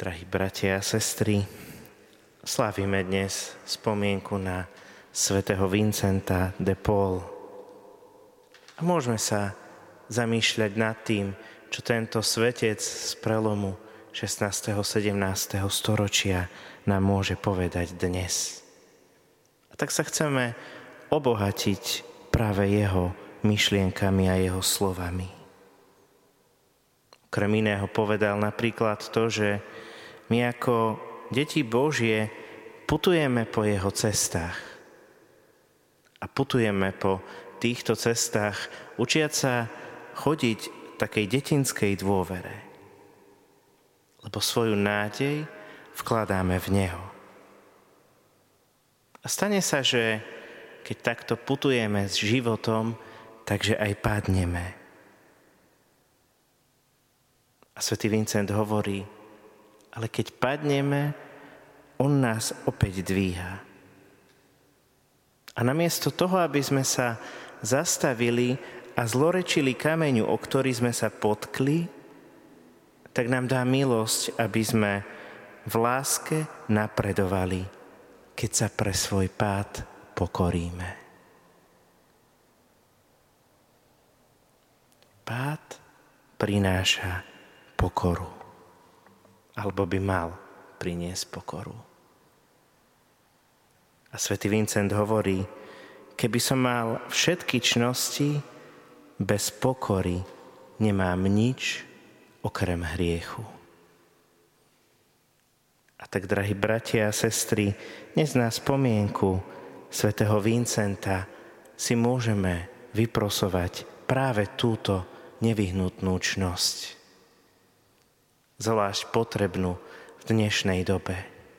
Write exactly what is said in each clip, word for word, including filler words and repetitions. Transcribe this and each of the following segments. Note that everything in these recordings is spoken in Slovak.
Drahí bratia a sestry, slávime dnes spomienku na svätého Vincenta de Paul. A môžeme sa zamýšľať nad tým, čo tento svetec z prelomu šestnásteho sedemnásteho storočia nám môže povedať dnes. A tak sa chceme obohatiť práve jeho myšlienkami a jeho slovami. Okrem iného povedal napríklad to, že my ako deti Božie putujeme po jeho cestách. A putujeme po týchto cestách, učiať sa chodiť v takej detinskej dôvere. Lebo svoju nádej vkladáme v neho. A stane sa, že keď takto putujeme s životom, takže aj padneme. A svätý Vincent hovorí, ale keď padneme, on nás opäť dvíha. A namiesto toho, aby sme sa zastavili a zlorečili kameňu, o ktorý sme sa potkli, tak nám dá milosť, aby sme v láske napredovali, keď sa pre svoj pád pokoríme. Pád prináša pokoru, alebo by mal priniesť pokoru. A svätý Vincent hovorí, keby som mal všetky čnosti, bez pokory nemám nič okrem hriechu. A tak, drahí bratia a sestry, dnes na spomienku svätého Vincenta si môžeme vyprosovať práve túto nevyhnutnú čnosť. Zvlášť potrebnú v dnešnej dobe.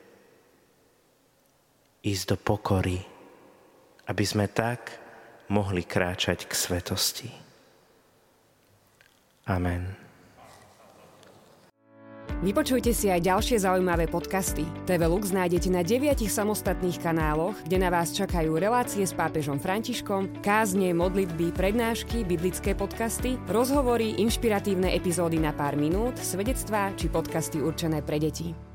Ísť do pokory, aby sme tak mohli kráčať k svetosti. Amen. Vypočujte si aj ďalšie zaujímavé podcasty. té vé Lux nájdete na deviatich samostatných kanáloch, kde na vás čakajú relácie s pápežom Františkom, kázne, modlitby, prednášky, biblické podcasty, rozhovory, inšpiratívne epizódy na pár minút, svedectvá či podcasty určené pre deti.